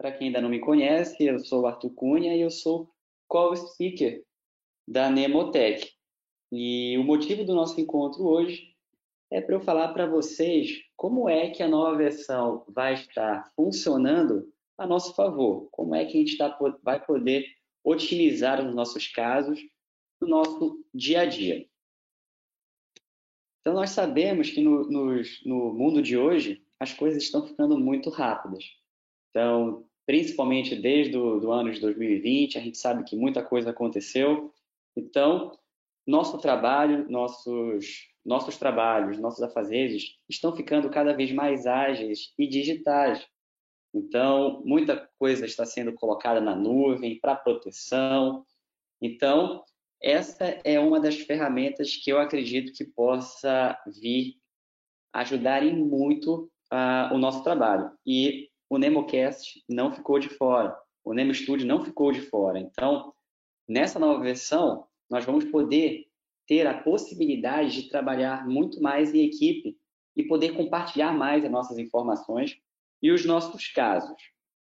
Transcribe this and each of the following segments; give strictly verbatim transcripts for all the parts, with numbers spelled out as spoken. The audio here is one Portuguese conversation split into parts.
Para quem ainda não me conhece, eu sou o Arthur Cunha e eu sou Call Speaker da Nemotech. E o motivo do nosso encontro hoje é para eu falar para vocês como é que a nova versão vai estar funcionando a nosso favor, como é que a gente tá, vai poder otimizar os nossos casos no nosso dia a dia. Então, nós sabemos que no, no, no mundo de hoje, as coisas estão ficando muito rápidas. Então, principalmente desde o do ano de dois mil e vinte, a gente sabe que muita coisa aconteceu. Então, nosso trabalho, nossos, nossos trabalhos, nossos afazeres estão ficando cada vez mais ágeis e digitais. Então, muita coisa está sendo colocada na nuvem para proteção. Então, essa é uma das ferramentas que eu acredito que possa vir ajudar em muito uh, o nosso trabalho. E o NemoCast não ficou de fora, o Nemo Studio não ficou de fora. Então, nessa nova versão, nós vamos poder ter a possibilidade de trabalhar muito mais em equipe e poder compartilhar mais as nossas informações e os nossos casos.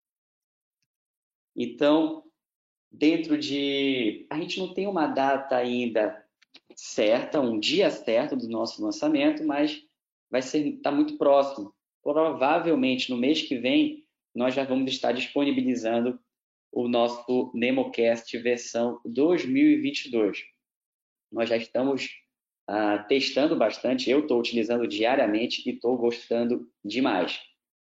Então, dentro de... A gente não tem uma data ainda certa, um dia certo do nosso lançamento, mas vai ser, tá muito próximo. Provavelmente no mês que vem nós já vamos estar disponibilizando o nosso NemoCast versão dois mil e vinte e dois. Nós já estamos ah, testando bastante, eu estou utilizando diariamente e estou gostando demais.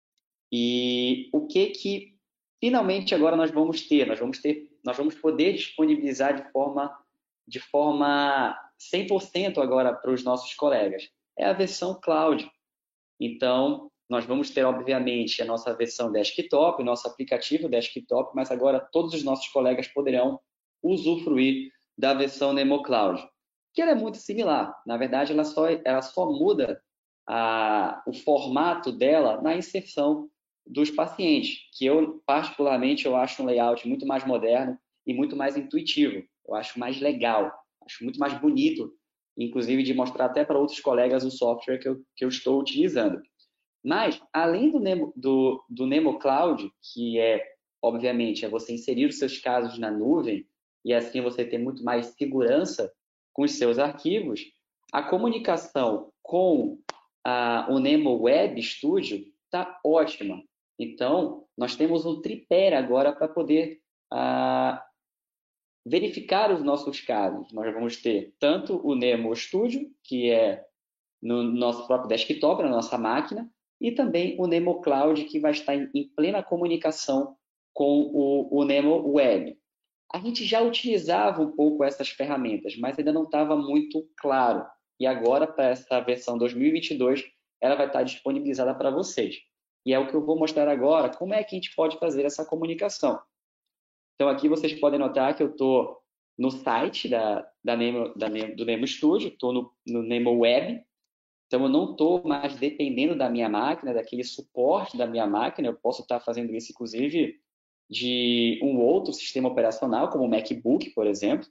E o que que finalmente agora nós vamos ter? Nós vamos ter, nós vamos poder disponibilizar de forma de forma cem por cento agora para os nossos colegas. É a versão cloud. Então, nós vamos ter, obviamente, a nossa versão desktop, o nosso aplicativo desktop, mas agora todos os nossos colegas poderão usufruir da versão Nemo Cloud, que ela é muito similar. Na verdade, ela só, ela só muda a, o formato dela na inserção dos pacientes, que eu, particularmente, eu acho um layout muito mais moderno e muito mais intuitivo. Eu acho mais legal, acho muito mais bonito, inclusive de mostrar até para outros colegas o software que eu, que eu estou utilizando. Mas, além do Nemo, do, do Nemo Cloud, que é, obviamente, é você inserir os seus casos na nuvem e assim você ter muito mais segurança com os seus arquivos, a comunicação com a, o Nemo Web Studio está ótima. Então, nós temos um tripé agora para poder a, verificar os nossos casos. Nós vamos ter tanto o Nemo Studio, que é no nosso próprio desktop, na nossa máquina, e também o Nemo Cloud, que vai estar em, em plena comunicação com o, o Nemo Web. A gente já utilizava um pouco essas ferramentas, mas ainda não estava muito claro. E agora, para essa versão dois mil e vinte e dois, ela vai estar disponibilizada para vocês. E é o que eu vou mostrar agora, como é que a gente pode fazer essa comunicação. Então, aqui vocês podem notar que eu estou no site da, da Nemo, da Nemo, do Nemo Studio, estou no, no Nemo Web. Então, eu não estou mais dependendo da minha máquina, daquele suporte da minha máquina. Eu posso estar fazendo isso, inclusive, de um outro sistema operacional, como o MacBook, por exemplo.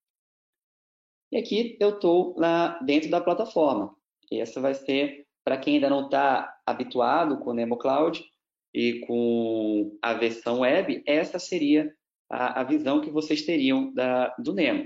E aqui eu estou lá dentro da plataforma. E essa vai ser, para quem ainda não está habituado com o Nemo Cloud e com a versão web, essa seria a, a visão que vocês teriam da, do Nemo.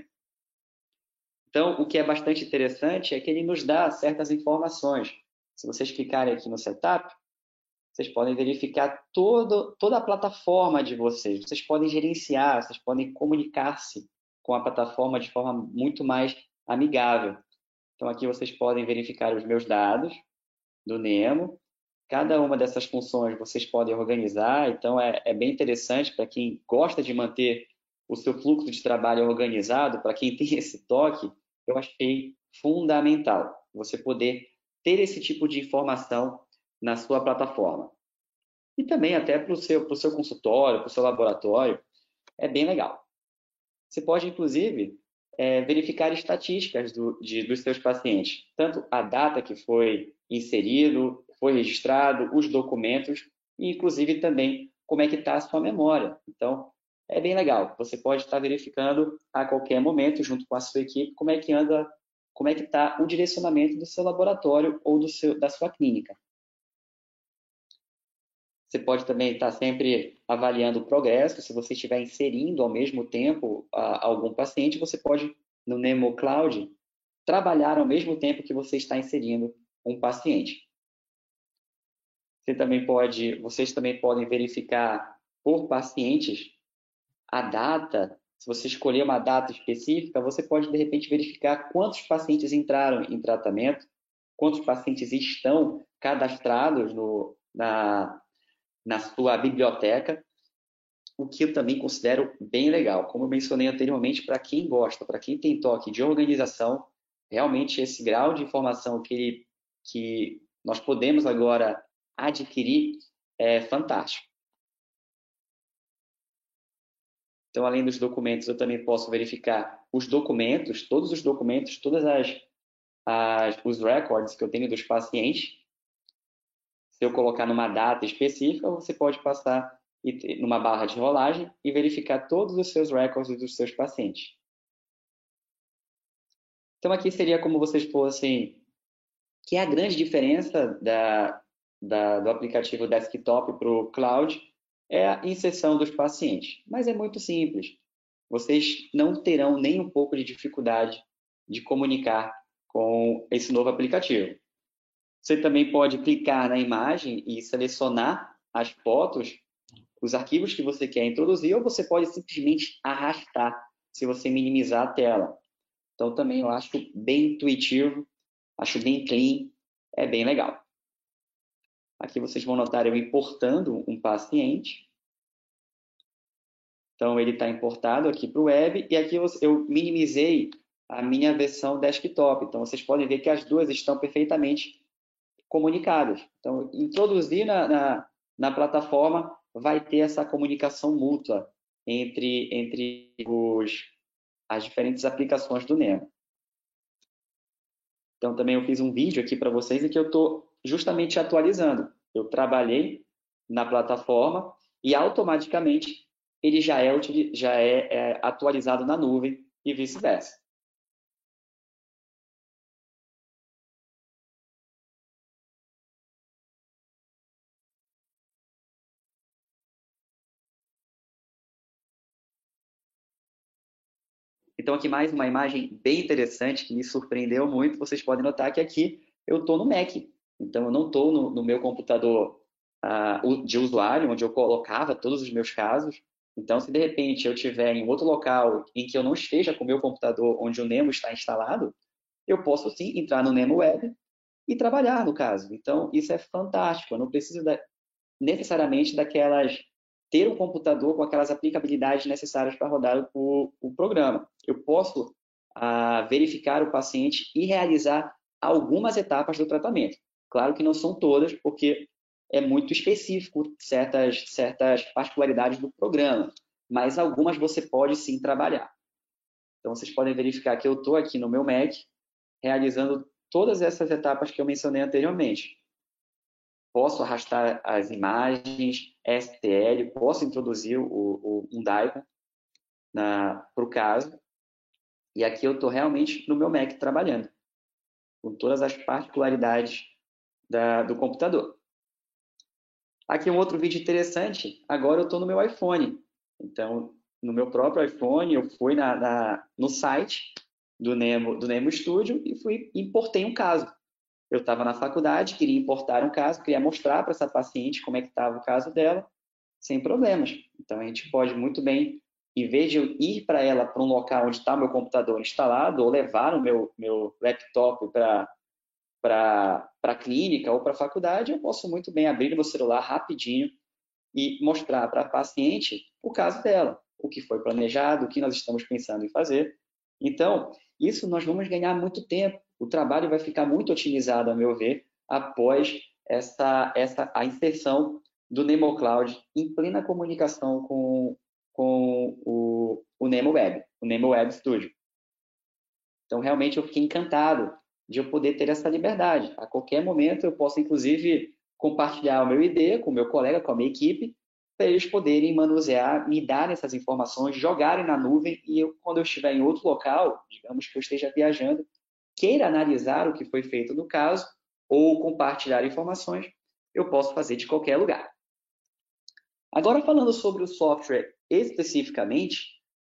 Então, o que é bastante interessante é que ele nos dá certas informações. Se vocês clicarem aqui no Setup, vocês podem verificar todo, toda a plataforma de vocês. Vocês podem gerenciar, vocês podem comunicar-se com a plataforma de forma muito mais amigável. Então, aqui vocês podem verificar os meus dados do Nemo. Cada uma dessas funções vocês podem organizar. Então, é, é bem interessante para quem gosta de manter o seu fluxo de trabalho organizado, para quem tem esse toque, eu achei fundamental você poder ter esse tipo de informação na sua plataforma. E também até para o seu, pro seu consultório, para o seu laboratório, é bem legal. Você pode, inclusive, é, verificar estatísticas do, de, dos seus pacientes, tanto a data que foi inserido, foi registrado, os documentos, e inclusive também como é que está a sua memória. Então, é bem legal. Você pode estar verificando a qualquer momento, junto com a sua equipe, como é que anda, como é que está o direcionamento do seu laboratório ou do seu, da sua clínica. Você pode também estar sempre avaliando o progresso. Se você estiver inserindo ao mesmo tempo a, algum paciente, você pode, no Nemo Cloud, trabalhar ao mesmo tempo que você está inserindo um paciente. Você também pode, vocês também podem verificar por pacientes a data. Se você escolher uma data específica, você pode, de repente, verificar quantos pacientes entraram em tratamento, quantos pacientes estão cadastrados no, na, na sua biblioteca, o que eu também considero bem legal. Como eu mencionei anteriormente, para quem gosta, para quem tem toque de organização, realmente esse grau de informação que, que nós podemos agora adquirir é fantástico. Então, além dos documentos, eu também posso verificar os documentos, todos os documentos, todas as, as os records que eu tenho dos pacientes. Se eu colocar numa data específica, você pode passar numa barra de rolagem e verificar todos os seus records dos seus pacientes. Então, aqui seria como vocês fossem, que é a grande diferença da, da, do aplicativo desktop para o cloud, é a inserção dos pacientes. Mas é muito simples. Vocês não terão nem um pouco de dificuldade de comunicar com esse novo aplicativo. Você também pode clicar na imagem e selecionar as fotos, os arquivos que você quer introduzir, ou você pode simplesmente arrastar, se você minimizar a tela. Então, também eu acho bem intuitivo, acho bem clean, é bem legal. Aqui vocês vão notar eu importando um paciente. Então, ele está importado aqui para o web, e aqui eu minimizei a minha versão desktop. Então, vocês podem ver que as duas estão perfeitamente comunicadas. Então, introduzir na, na, na plataforma vai ter essa comunicação mútua entre, entre os, as diferentes aplicações do Nemo. Então, também eu fiz um vídeo aqui para vocês em que eu estou justamente atualizando. Eu trabalhei na plataforma e automaticamente ele já é, já é, é atualizado na nuvem e vice-versa. Então, aqui mais uma imagem bem interessante que me surpreendeu muito. Vocês podem notar que aqui eu estou no Mac. Então, eu não estou no, no meu computador uh, de usuário, onde eu colocava todos os meus casos. Então, se de repente eu estiver em outro local em que eu não esteja com o meu computador onde o Nemo está instalado, eu posso sim entrar no Nemo Web e trabalhar no caso. Então, isso é fantástico. Eu não preciso da, necessariamente daquelas ter um computador com aquelas aplicabilidades necessárias para rodar o, o programa. Eu posso ah, verificar o paciente e realizar algumas etapas do tratamento. Claro que não são todas, porque é muito específico certas, certas particularidades do programa, mas algumas você pode sim trabalhar. Então, vocês podem verificar que eu estou aqui no meu Mac, realizando todas essas etapas que eu mencionei anteriormente. Posso arrastar as imagens, S T L, posso introduzir o, o, um Daikon para o caso. E aqui eu estou realmente no meu Mac trabalhando, com todas as particularidades da, do computador. Aqui um outro vídeo interessante, agora eu estou no meu iPhone. Então, no meu próprio iPhone, eu fui na, na, no site do Nemo, do Nemo Studio e fui, importei um caso. Eu estava na faculdade, queria importar um caso, queria mostrar para essa paciente como é que estava o caso dela, sem problemas. Então, a gente pode muito bem, em vez de eu ir para ela, para um local onde está o meu computador instalado, ou levar o meu, meu laptop para para a clínica ou para a faculdade, eu posso muito bem abrir o meu celular rapidinho e mostrar para a paciente o caso dela, o que foi planejado, o que nós estamos pensando em fazer. Então, isso nós vamos ganhar muito tempo. O trabalho vai ficar muito otimizado, a meu ver, após essa, essa, a inserção do Nemo Cloud em plena comunicação com, com o, o Nemo Web, o Nemo Web Studio. Então, realmente, eu fiquei encantado de eu poder ter essa liberdade. A qualquer momento, eu posso, inclusive, compartilhar o meu I D com o meu colega, com a minha equipe, para eles poderem manusear, me darem essas informações, jogarem na nuvem, e eu, quando eu estiver em outro local, digamos que eu esteja viajando, queira analisar o que foi feito no caso, ou compartilhar informações, eu posso fazer de qualquer lugar. Agora, falando sobre o software especificamente,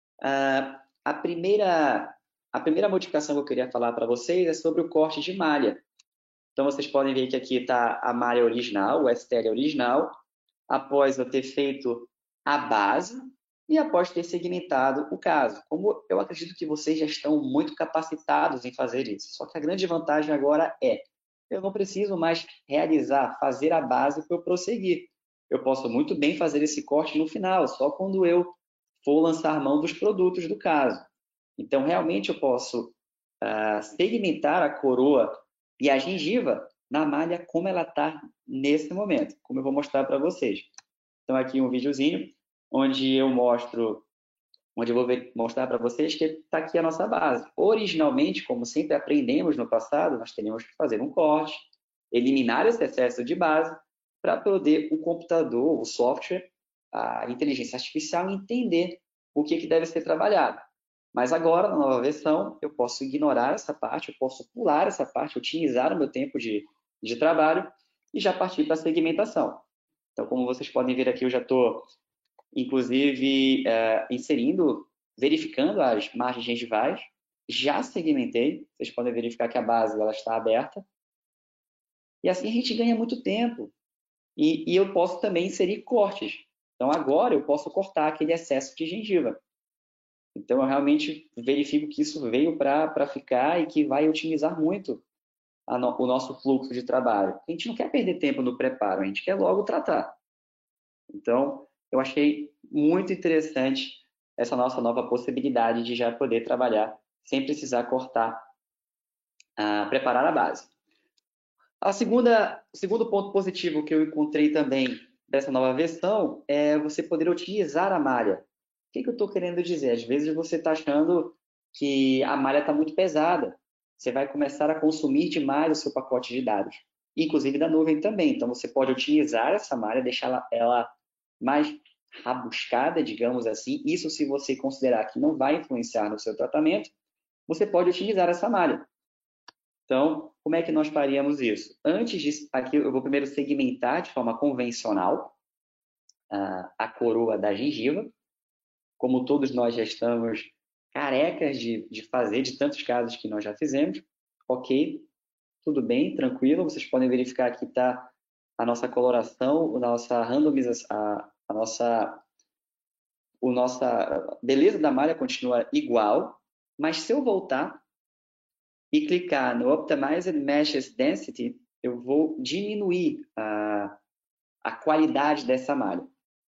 a primeira, a primeira modificação que eu queria falar para vocês é sobre o corte de malha. Então, vocês podem ver que aqui está a malha original, o S T L original, após eu ter feito a base e após ter segmentado o caso. Como eu acredito que vocês já estão muito capacitados em fazer isso. Só que a grande vantagem agora é, eu não preciso mais realizar, fazer a base para eu prosseguir. Eu posso muito bem fazer esse corte no final, só quando eu for lançar mão dos produtos do caso. Então, realmente eu posso uh, segmentar a coroa e a gengiva na malha como ela está nesse momento, como eu vou mostrar para vocês. Então, aqui um videozinho onde eu mostro, onde eu vou ver, mostrar para vocês que está aqui a nossa base. Originalmente, como sempre aprendemos no passado, nós teríamos que fazer um corte, eliminar esse excesso de base, para poder o computador, o software, a inteligência artificial entender o que, que deve ser trabalhado. Mas agora, na nova versão, eu posso ignorar essa parte, eu posso pular essa parte, otimizar o meu tempo de, de trabalho e já partir para a segmentação. Então, como vocês podem ver aqui, eu já estou, inclusive, é, inserindo, verificando as margens gengivais, já segmentei, vocês podem verificar que a base ela está aberta, e assim a gente ganha muito tempo. E, e eu posso também inserir cortes. Então, agora eu posso cortar aquele excesso de gengiva. Então, eu realmente verifico que isso veio para ficar e que vai otimizar muito a no, o nosso fluxo de trabalho. A gente não quer perder tempo no preparo, a gente quer logo tratar. Então, eu achei muito interessante essa nossa nova possibilidade de já poder trabalhar sem precisar cortar, uh, preparar a base. A segunda, o segundo ponto positivo que eu encontrei também dessa nova versão é você poder otimizar a malha. O que, que eu estou querendo dizer? Às vezes você está achando que a malha está muito pesada. Você vai começar a consumir demais o seu pacote de dados, inclusive da nuvem também. Então, você pode otimizar essa malha, deixar ela, ela mais rabuscada, digamos assim. Isso se você considerar que não vai influenciar no seu tratamento, você pode otimizar essa malha. Então, como é que nós faríamos isso? Antes disso, aqui eu vou primeiro segmentar de forma convencional a, a coroa da gengiva, como todos nós já estamos carecas de, de fazer, de tantos casos que nós já fizemos. Ok, tudo bem, tranquilo. Vocês podem verificar que está a nossa coloração, a nossa randomização, a, a nossa, o nossa beleza da malha continua igual, mas se eu voltar e clicar no Optimized Meshes Density, eu vou diminuir a, a qualidade dessa malha.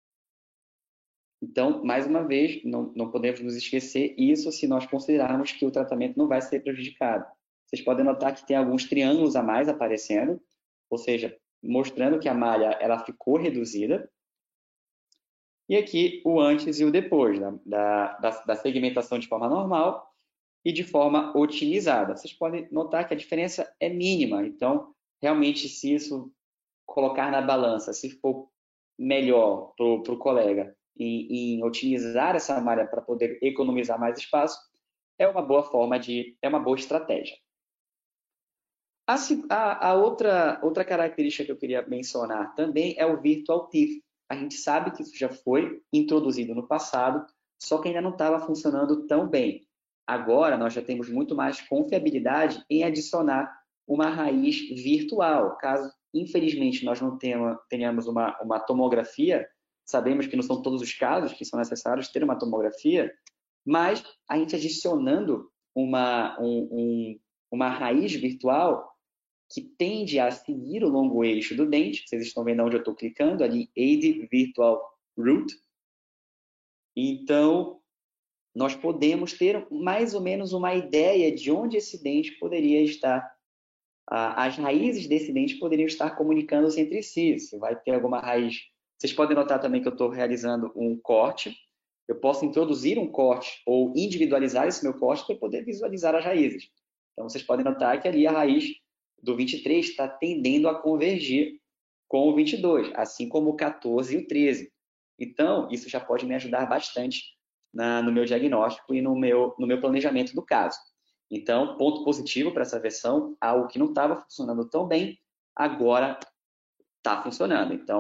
Então, mais uma vez, não, não podemos nos esquecer isso se nós considerarmos que o tratamento não vai ser prejudicado. Vocês podem notar que tem alguns triângulos a mais aparecendo, ou seja, mostrando que a malha ela ficou reduzida. E aqui o antes e o depois, da, da, da segmentação de forma normal e de forma otimizada. Vocês podem notar que a diferença é mínima. Então, realmente, se isso colocar na balança, se for melhor para o colega em, em otimizar essa malha para poder economizar mais espaço, é uma boa forma de, é uma boa estratégia. A, a, a outra, outra característica que eu queria mencionar também é o Virtual T I F. A gente sabe que isso já foi introduzido no passado, só que ainda não estava funcionando tão bem. Agora, nós já temos muito mais confiabilidade em adicionar uma raiz virtual. Caso, infelizmente, nós não tenhamos uma, uma tomografia, sabemos que não são todos os casos que são necessários ter uma tomografia, mas a gente adicionando uma, um, um, uma raiz virtual que tende a seguir o longo eixo do dente, vocês estão vendo onde eu estou clicando, ali, Aid Virtual Root. Então, nós podemos ter mais ou menos uma ideia de onde esse dente poderia estar, as raízes desse dente poderiam estar comunicando-se entre si. Se vai ter alguma raiz. Vocês podem notar também que eu estou realizando um corte. Eu posso introduzir um corte ou individualizar esse meu corte para poder visualizar as raízes. Então, vocês podem notar que ali a raiz do vinte e três está tendendo a convergir com o vinte e dois, assim como o quatorze e o treze. Então, isso já pode me ajudar bastante na, no meu diagnóstico e no meu, no meu planejamento do caso. Então, ponto positivo para essa versão, algo que não estava funcionando tão bem, agora está funcionando. Então,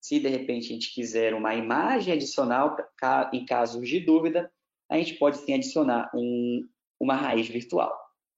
Se, de repente, a gente quiser uma imagem adicional, em casos de dúvida, a gente pode, sim, adicionar um, uma raiz virtual.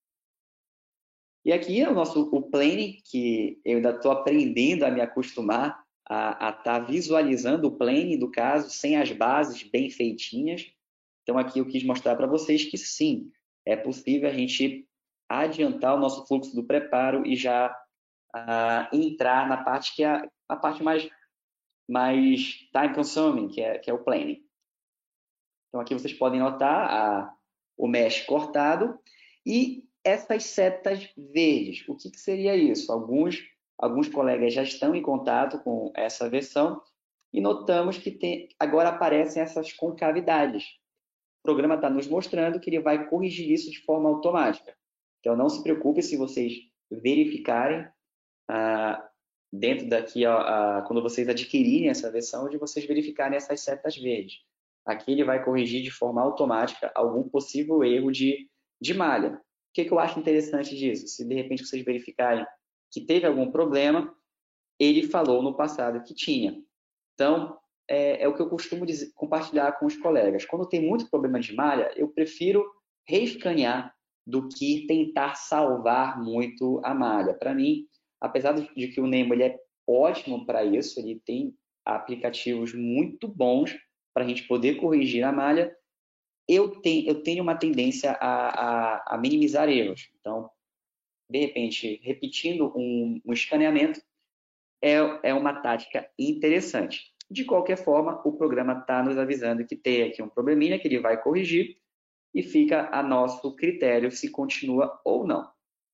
E aqui é o nosso o Plane, que eu ainda estou aprendendo a me acostumar a estar tá visualizando o Plane, do caso, sem as bases bem feitinhas. Então, aqui eu quis mostrar para vocês que, sim, é possível a gente adiantar o nosso fluxo do preparo e já uh, entrar na parte que é a parte mais, mais time consuming, que é, que é o planning. Então, aqui vocês podem notar a, o mesh cortado e essas setas verdes. O que, que seria isso? Alguns, alguns colegas já estão em contato com essa versão e notamos que tem, agora aparecem essas concavidades. O programa está nos mostrando que ele vai corrigir isso de forma automática. Então, não se preocupe se vocês verificarem ah, dentro daqui, ó, ah, quando vocês adquirirem essa versão, de vocês verificarem essas setas verdes. Aqui ele vai corrigir de forma automática algum possível erro de, de malha. O que, que eu acho interessante disso? Se de repente vocês verificarem que teve algum problema, ele falou no passado que tinha. Então, é, é o que eu costumo dizer, compartilhar com os colegas. Quando tem muito problema de malha, eu prefiro reescanear do que tentar salvar muito a malha. Para mim, apesar de que o Nemo ele é ótimo para isso, ele tem aplicativos muito bons para a gente poder corrigir a malha, eu tenho, eu tenho uma tendência a, a, a minimizar erros. Então, de repente, repetindo um, um escaneamento é, é uma tática interessante. De qualquer forma, o programa está nos avisando que tem aqui um probleminha que ele vai corrigir e fica a nosso critério se continua ou não.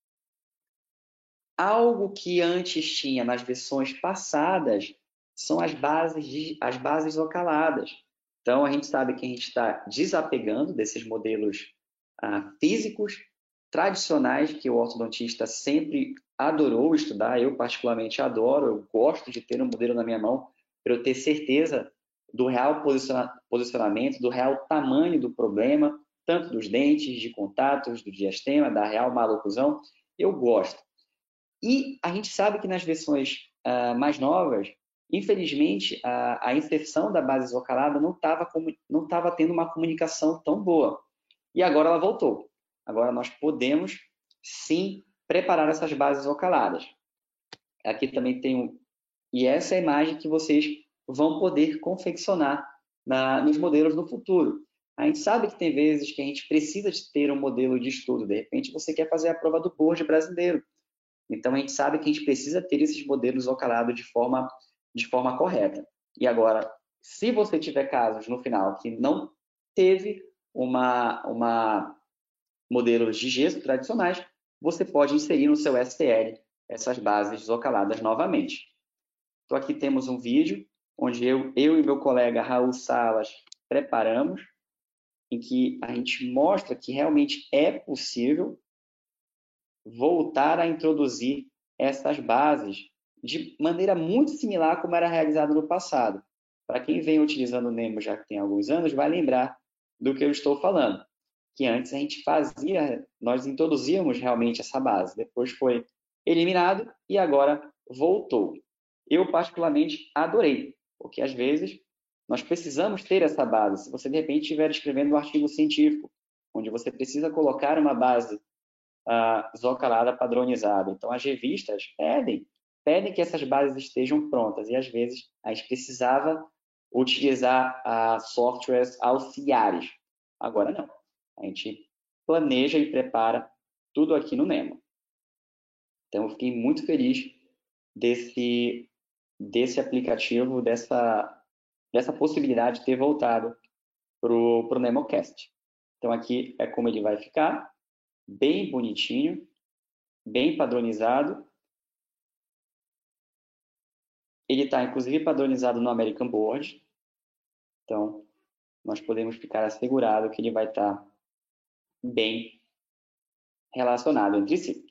Algo que antes tinha nas versões passadas são as bases, as bases ocaladas. Então, a gente sabe que a gente está desapegando desses modelos ah, físicos tradicionais que o ortodontista sempre adorou estudar. Eu, particularmente, adoro. Eu gosto de ter um modelo na minha mão para eu ter certeza do real posicionamento, do real tamanho do problema, tanto dos dentes, de contatos, do diastema, da real maloclusão. Eu gosto. E a gente sabe que nas versões uh, mais novas, infelizmente, a, a inserção da base ocalada não estava não estava tendo uma comunicação tão boa. E agora ela voltou. Agora nós podemos, sim, preparar essas bases ocaladas. Aqui também tem um... E essa é a imagem que vocês vão poder confeccionar na, nos modelos no futuro. A gente sabe que tem vezes que a gente precisa de ter um modelo de estudo. De repente, você quer fazer a prova do board brasileiro. Então, a gente sabe que a gente precisa ter esses modelos ocalados de forma, de forma correta. E agora, se você tiver casos no final que não teve uma, uma modelos de gesso tradicionais, você pode inserir no seu S T L essas bases ocaladas novamente. Então, aqui temos um vídeo onde eu, eu e meu colega Raul Salas preparamos, em que a gente mostra que realmente é possível voltar a introduzir essas bases de maneira muito similar como era realizado no passado. Para quem vem utilizando o Nemo já que tem alguns anos, vai lembrar do que eu estou falando, que antes a gente fazia, nós introduzíamos realmente essa base, depois foi eliminado e agora voltou. Eu particularmente adorei, porque às vezes nós precisamos ter essa base. Se você de repente estiver escrevendo um artigo científico, onde você precisa colocar uma base uh, zocalada padronizada. Então, as revistas pedem, pedem que essas bases estejam prontas, e às vezes a gente precisava utilizar uh, softwares auxiliares. Agora não. A gente planeja e prepara tudo aqui no Nemo. Então, eu fiquei muito feliz desse, desse aplicativo, dessa, dessa possibilidade de ter voltado para o NemoCast. Então, aqui é como ele vai ficar, bem bonitinho, bem padronizado. Ele está, inclusive, padronizado no American Board. Então, nós podemos ficar assegurado que ele vai estar bem relacionado entre si.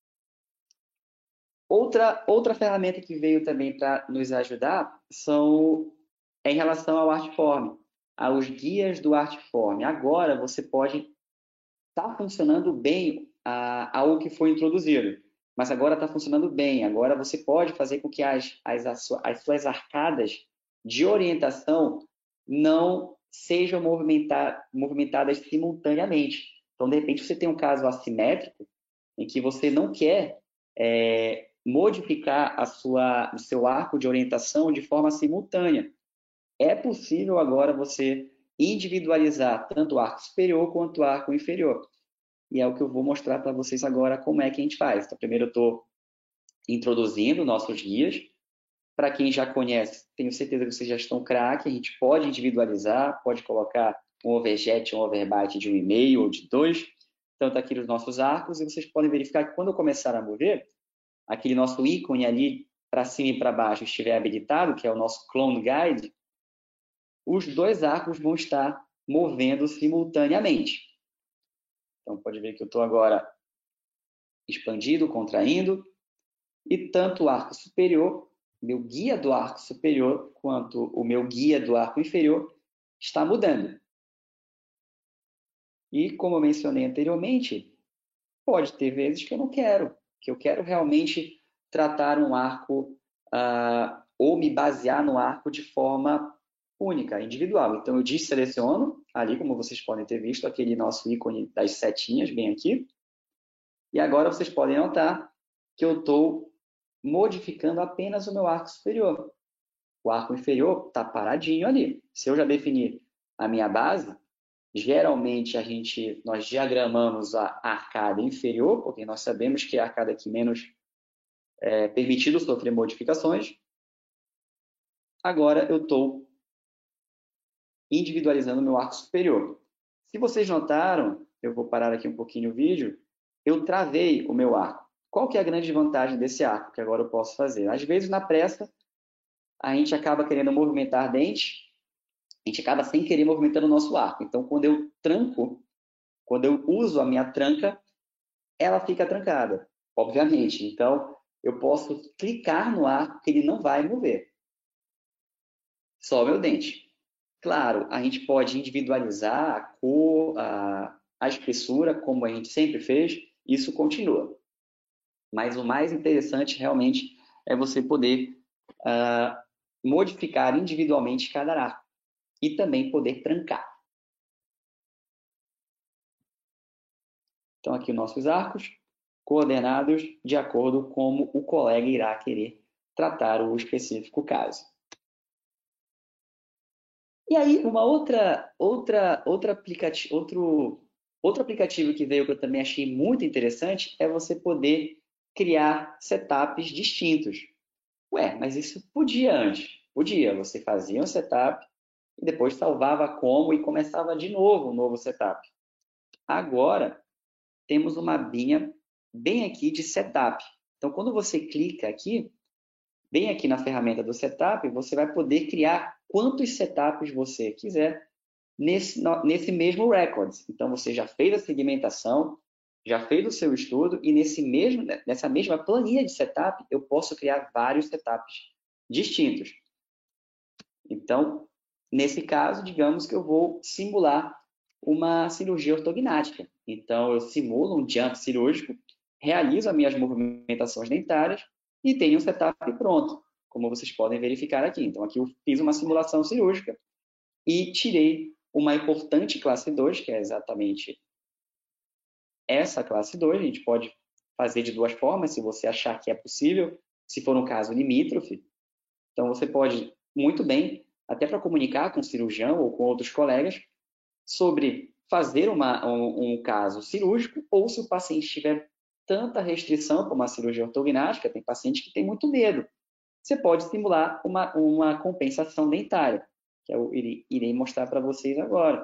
Outra, outra ferramenta que veio também para nos ajudar são em relação ao Artform, aos guias do Artform. Agora você pode estar tá funcionando bem a, algo que foi introduzido. mas agora está funcionando bem. Agora você pode fazer com que as, as, as suas arcadas de orientação não sejam movimentar, movimentadas simultaneamente. Então, de repente, você tem um caso assimétrico em que você não quer é, modificar a sua, o seu arco de orientação de forma simultânea. É possível agora você individualizar tanto o arco superior quanto o arco inferior. E é o que eu vou mostrar para vocês agora como é que a gente faz. Então, primeiro eu estou introduzindo nossos guias. Para quem já conhece, tenho certeza que vocês já estão craque, a gente pode individualizar, pode colocar um overjet, um overbyte de um e-mail ou de dois. Então, está aqui os nossos arcos, e vocês podem verificar que quando eu começar a mover, aquele nosso ícone ali para cima e para baixo estiver habilitado, que é o nosso Clone Guide, os dois arcos vão estar movendo simultaneamente. Então, pode ver que eu estou agora expandido, contraindo, e tanto o arco superior, meu guia do arco superior, quanto o meu guia do arco inferior está mudando. E, como eu mencionei anteriormente, pode ter vezes que eu não quero, que eu quero realmente tratar um arco uh, ou me basear no arco de forma única, individual. Então, eu desseleciono, ali como vocês podem ter visto, aquele nosso ícone das setinhas bem aqui. E agora vocês podem notar que eu estou modificando apenas o meu arco superior. O arco inferior está paradinho ali. Se eu já definir a minha base, geralmente a gente, nós diagramamos a arcada inferior, porque nós sabemos que é a arcada que menos é permitido sofrer modificações. Agora eu estou individualizando o meu arco superior. Se vocês notaram, eu vou parar aqui um pouquinho o vídeo, eu travei o meu arco. Qual que é a grande vantagem desse arco que agora eu posso fazer? Às vezes, na pressa, a gente acaba querendo movimentar dente, a gente acaba sem querer movimentando o nosso arco. Então, quando eu tranco, quando eu uso a minha tranca, ela fica trancada, obviamente. Então, eu posso clicar no arco que ele não vai mover. Só o meu dente. Claro, a gente pode individualizar a cor, a, a espessura, como a gente sempre fez, isso continua. Mas o mais interessante realmente é você poder uh, modificar individualmente cada arco e também poder trancar. Então, aqui os nossos arcos, coordenados de acordo com como o colega irá querer tratar o específico caso. E aí, uma outra, outra, outra aplicativo, outro, outro aplicativo que veio que eu também achei muito interessante é você poder criar setups distintos. Ué, mas isso podia antes. Podia, você fazia um setup e depois salvava como e começava de novo um novo setup. Agora, temos uma abinha bem aqui de setup. Então, quando você clica aqui, bem aqui na ferramenta do setup, você vai poder criar quantos setups você quiser nesse, nesse mesmo records. Então, você já fez a segmentação, já fez o seu estudo, e nesse mesmo, nessa mesma planilha de setup, eu posso criar vários setups distintos. Então, nesse caso, digamos que eu vou simular uma cirurgia ortognática. Então, eu simulo um jump cirúrgico, realizo as minhas movimentações dentárias e tenho um setup pronto, como vocês podem verificar aqui. Então, aqui eu fiz uma simulação cirúrgica e tirei uma importante classe dois, que é exatamente essa classe dois. A gente pode fazer de duas formas, se você achar que é possível, se for um caso limítrofe. Então, você pode, muito bem, até para comunicar com o cirurgião ou com outros colegas, sobre fazer uma, um, um caso cirúrgico, ou se o paciente tiver tanta restrição para uma cirurgia ortognática, tem paciente que tem muito medo, você pode simular uma, uma compensação dentária, que eu irei, irei mostrar para vocês agora.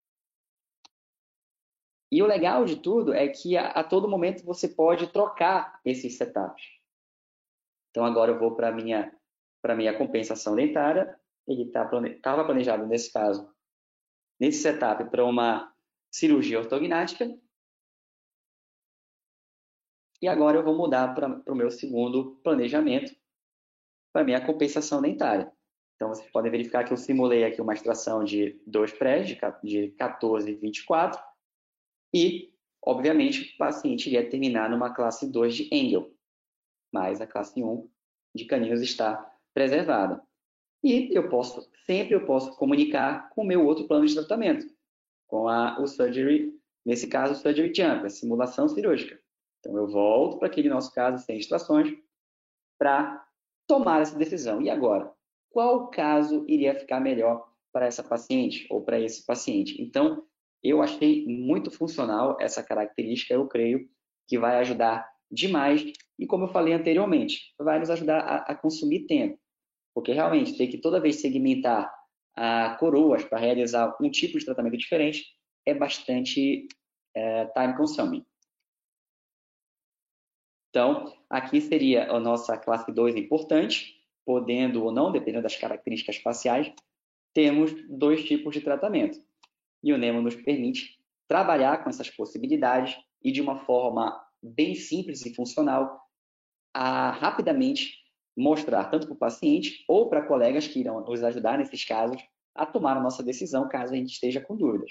E o legal de tudo é que a, a todo momento você pode trocar esses setups. Então agora eu vou para a minha, para minha compensação dentária, ele estava plane, planejado nesse caso, nesse setup para uma cirurgia ortognática. E agora eu vou mudar para o meu segundo planejamento, para a minha compensação dentária. Então, vocês podem verificar que eu simulei aqui uma extração de dois prés, de quatorze e vinte e quatro, e, obviamente, o paciente iria terminar numa classe dois de Engel. mas a classe um de caninos está preservada. E eu posso, sempre eu posso comunicar com o meu outro plano de tratamento, com a, o surgery, nesse caso, o surgery jump, a simulação cirúrgica. Então, eu volto para aquele nosso caso sem distrações para tomar essa decisão. E agora? Qual caso iria ficar melhor para essa paciente ou para esse paciente? Então, eu achei muito funcional essa característica, eu creio que vai ajudar demais. E como eu falei anteriormente, vai nos ajudar a, a consumir tempo. Porque realmente ter que toda vez segmentar a coroas para realizar um tipo de tratamento diferente é bastante é, time consuming. Então, aqui seria a nossa classe dois importante, podendo ou não, dependendo das características faciais, temos dois tipos de tratamento. E o Nemo nos permite trabalhar com essas possibilidades e de uma forma bem simples e funcional, a rapidamente mostrar tanto para o paciente ou para colegas que irão nos ajudar nesses casos a tomar a nossa decisão, caso a gente esteja com dúvidas.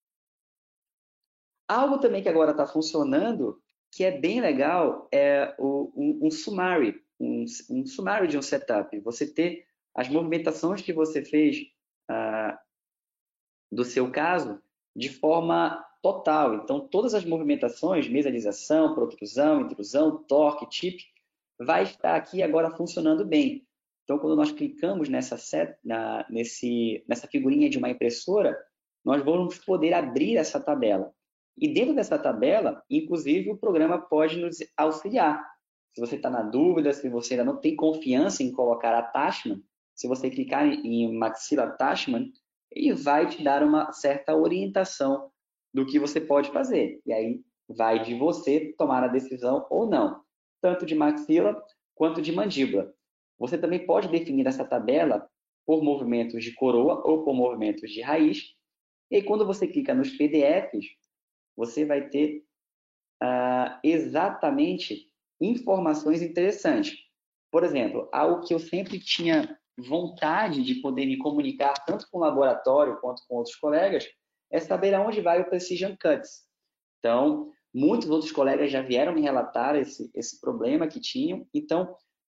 Algo também que agora está funcionando, que é bem legal, é o, um, um summary, um, um summary de um setup. Você ter as movimentações que você fez ah, do seu caso de forma total. Então, todas as movimentações, mesalização, protrusão, intrusão, torque, tip, vai estar aqui agora funcionando bem. Então, quando nós clicamos nessa, set, na, nesse, nessa figurinha de uma impressora, nós vamos poder abrir essa tabela. E dentro dessa tabela, inclusive, o programa pode nos auxiliar. Se você está na dúvida, se você ainda não tem confiança em colocar attachment, se você clicar em Maxilla Attachment, ele vai te dar uma certa orientação do que você pode fazer. E aí vai de você tomar a decisão ou não, tanto de maxila quanto de mandíbula. Você também pode definir essa tabela por movimentos de coroa ou por movimentos de raiz. E aí, quando você clica nos P D Fs, você vai ter ah, exatamente informações interessantes. Por exemplo, algo que eu sempre tinha vontade de poder me comunicar tanto com o laboratório quanto com outros colegas é saber aonde vai o Precision Cuts. Então, muitos outros colegas já vieram me relatar esse, esse problema que tinham. Então,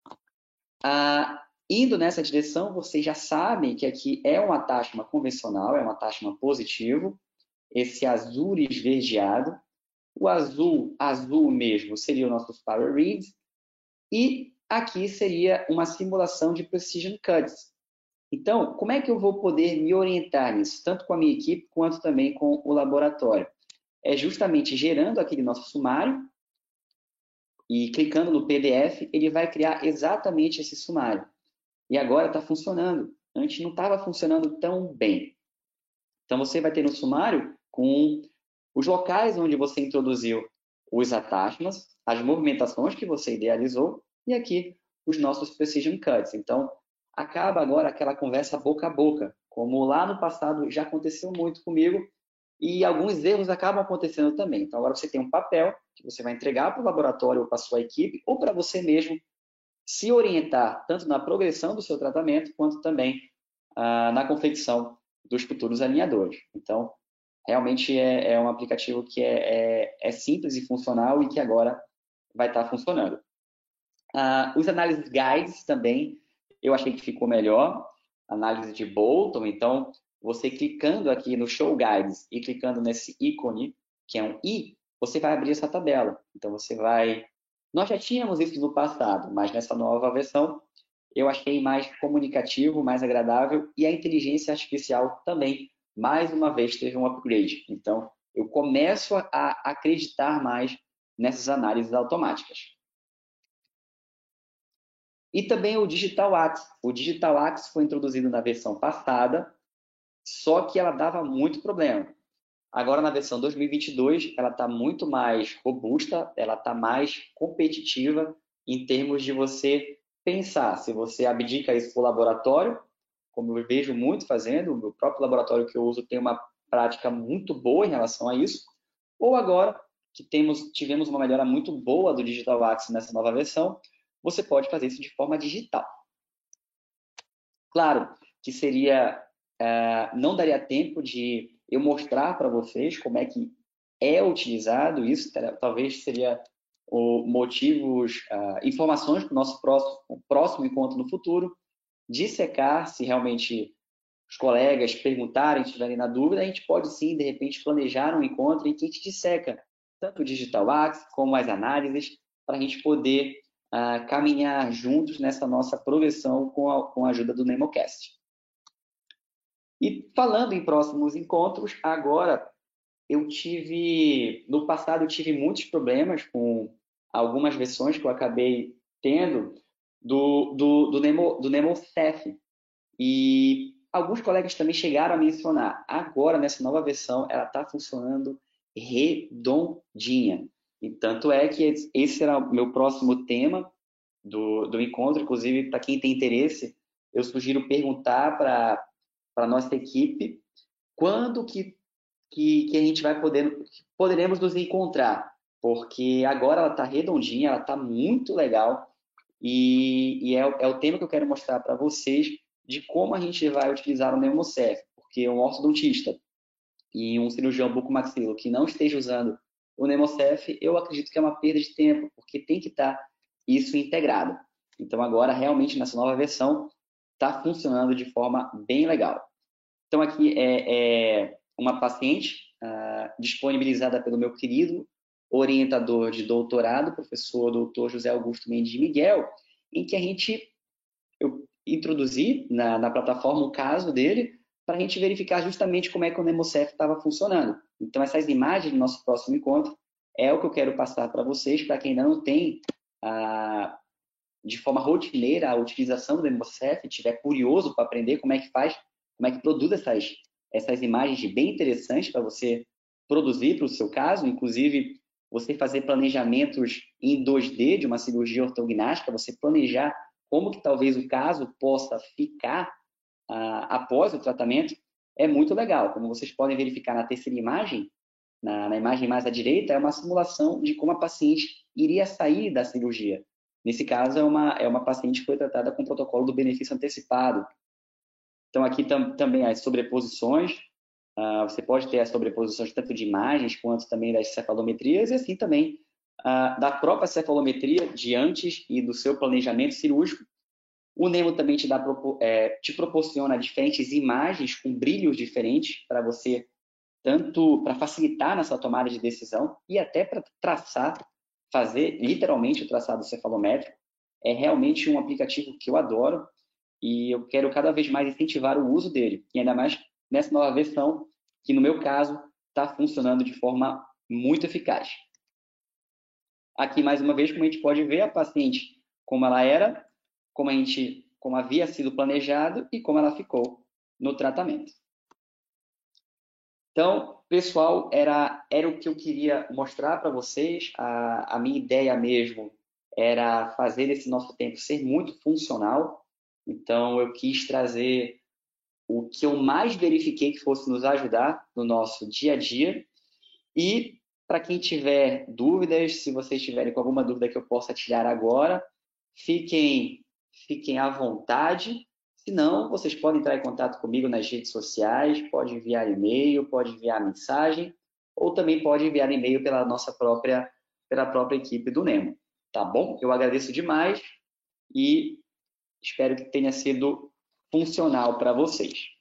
ah, indo nessa direção, vocês já sabem que aqui é um attachment convencional, é um attachment positivo, esse azul esverdeado. O azul, azul mesmo, seria o nosso Power Reads. E aqui seria uma simulação de Precision Cuts. Então, como é que eu vou poder me orientar nisso, tanto com a minha equipe, quanto também com o laboratório? É justamente gerando aquele nosso sumário e clicando no P D F, ele vai criar exatamente esse sumário. E agora está funcionando. Antes não estava funcionando tão bem. Então, você vai ter no sumário com os locais onde você introduziu os attachments, as movimentações que você idealizou e aqui os nossos Precision Cuts. Então, acaba agora aquela conversa boca a boca, como lá no passado já aconteceu muito comigo e alguns erros acabam acontecendo também. Então, agora você tem um papel que você vai entregar para o laboratório ou para a sua equipe ou para você mesmo se orientar tanto na progressão do seu tratamento quanto também ah, na confecção dos futuros alinhadores. Então, realmente é, é um aplicativo que é, é, é simples e funcional e que agora vai estar funcionando. Ah, os análises guides também, eu achei que ficou melhor. Análise de Bolton, então, você clicando aqui no Show Guides e clicando nesse ícone, que é um i, você vai abrir essa tabela. Então, você vai... Nós já tínhamos isso no passado, mas nessa nova versão, eu achei mais comunicativo, mais agradável, e a inteligência artificial também, mais uma vez, teve um upgrade. Então, eu começo a acreditar mais nessas análises automáticas. E também o Digital Axis. O Digital Axis foi introduzido na versão passada, só que ela dava muito problema. Agora, na versão dois mil e vinte e dois, ela está muito mais robusta, ela está mais competitiva em termos de você pensar se você abdica isso para o laboratório, como eu vejo muito fazendo, o meu próprio laboratório que eu uso tem uma prática muito boa em relação a isso, ou agora que temos, tivemos uma melhora muito boa do Digital Axis nessa nova versão, você pode fazer isso de forma digital. Claro que seria, uh, não daria tempo de eu mostrar para vocês como é que é utilizado isso, talvez seria o, motivos, uh, informações para o nosso próximo, próximo encontro no futuro, dissecar se realmente os colegas perguntarem, estiverem na dúvida, a gente pode sim, de repente, planejar um encontro em que a gente disseca tanto o Digital Axis como as análises, para a gente poder uh, caminhar juntos nessa nossa progressão com a, com a ajuda do NemoCast. E falando em próximos encontros, agora eu tive, no passado eu tive muitos problemas com algumas versões que eu acabei tendo do, do, do, Nemo, do NemoCef. E alguns colegas também chegaram a mencionar, agora nessa nova versão ela está funcionando redondinha. E tanto é que esse será o meu próximo tema do, do encontro, inclusive para quem tem interesse, eu sugiro perguntar para a nossa equipe quando que, que, que a gente vai poder, poderemos nos encontrar, porque agora ela está redondinha, ela está muito legal e, e é, é o tema que eu quero mostrar para vocês de como a gente vai utilizar o NemoCef, porque um ortodontista e um cirurgião bucomaxilo que não esteja usando o NemoCef, eu acredito que é uma perda de tempo, porque tem que estar isso integrado. Então agora, realmente, nessa nova versão, está funcionando de forma bem legal. Então aqui é, é uma paciente ah, disponibilizada pelo meu querido orientador de doutorado, professor doutor José Augusto Mendes de Miguel, em que a gente, eu introduzi na, na plataforma o caso dele, para a gente verificar justamente como é que o NemoCef estava funcionando. Então, essas imagens do nosso próximo encontro é o que eu quero passar para vocês, para quem ainda não tem, ah, de forma rotineira, a utilização do NemoCef, estiver curioso para aprender como é que faz, como é que produz essas, essas imagens bem interessantes para você produzir para o seu caso, inclusive você fazer planejamentos em dois D de uma cirurgia ortognática, você planejar como que talvez o caso possa ficar ah, após o tratamento, é muito legal. Como vocês podem verificar na terceira imagem, na, na imagem mais à direita, é uma simulação de como a paciente iria sair da cirurgia. Nesse caso, é uma, é uma paciente que foi tratada com o protocolo do benefício antecipado. Então, aqui tam, também as sobreposições, ah, você pode ter as sobreposições tanto de imagens quanto também das cefalometrias, e assim também ah, da própria cefalometria de antes e do seu planejamento cirúrgico. O Nemo também te, dá, é, te proporciona diferentes imagens com brilhos diferentes para você, tanto para facilitar nessa tomada de decisão e até para traçar, fazer literalmente o traçado cefalométrico. É realmente um aplicativo que eu adoro e eu quero cada vez mais incentivar o uso dele. E ainda mais nessa nova versão, que no meu caso está funcionando de forma muito eficaz. Aqui, mais uma vez, como a gente pode ver, a paciente como ela era, como a gente, como havia sido planejado e como ela ficou no tratamento. Então, pessoal, era, era o que eu queria mostrar para vocês. A, a minha ideia mesmo era fazer esse nosso tempo ser muito funcional. Então, eu quis trazer o que eu mais verifiquei que fosse nos ajudar no nosso dia a dia. E, para quem tiver dúvidas, se vocês tiverem com alguma dúvida que eu possa tirar agora, fiquem, fiquem à vontade. Se não, vocês podem entrar em contato comigo nas redes sociais, pode enviar e-mail, pode enviar mensagem, ou também pode enviar e-mail pela nossa própria, pela própria equipe do Nemo. Tá bom? Eu agradeço demais e espero que tenha sido funcional para vocês.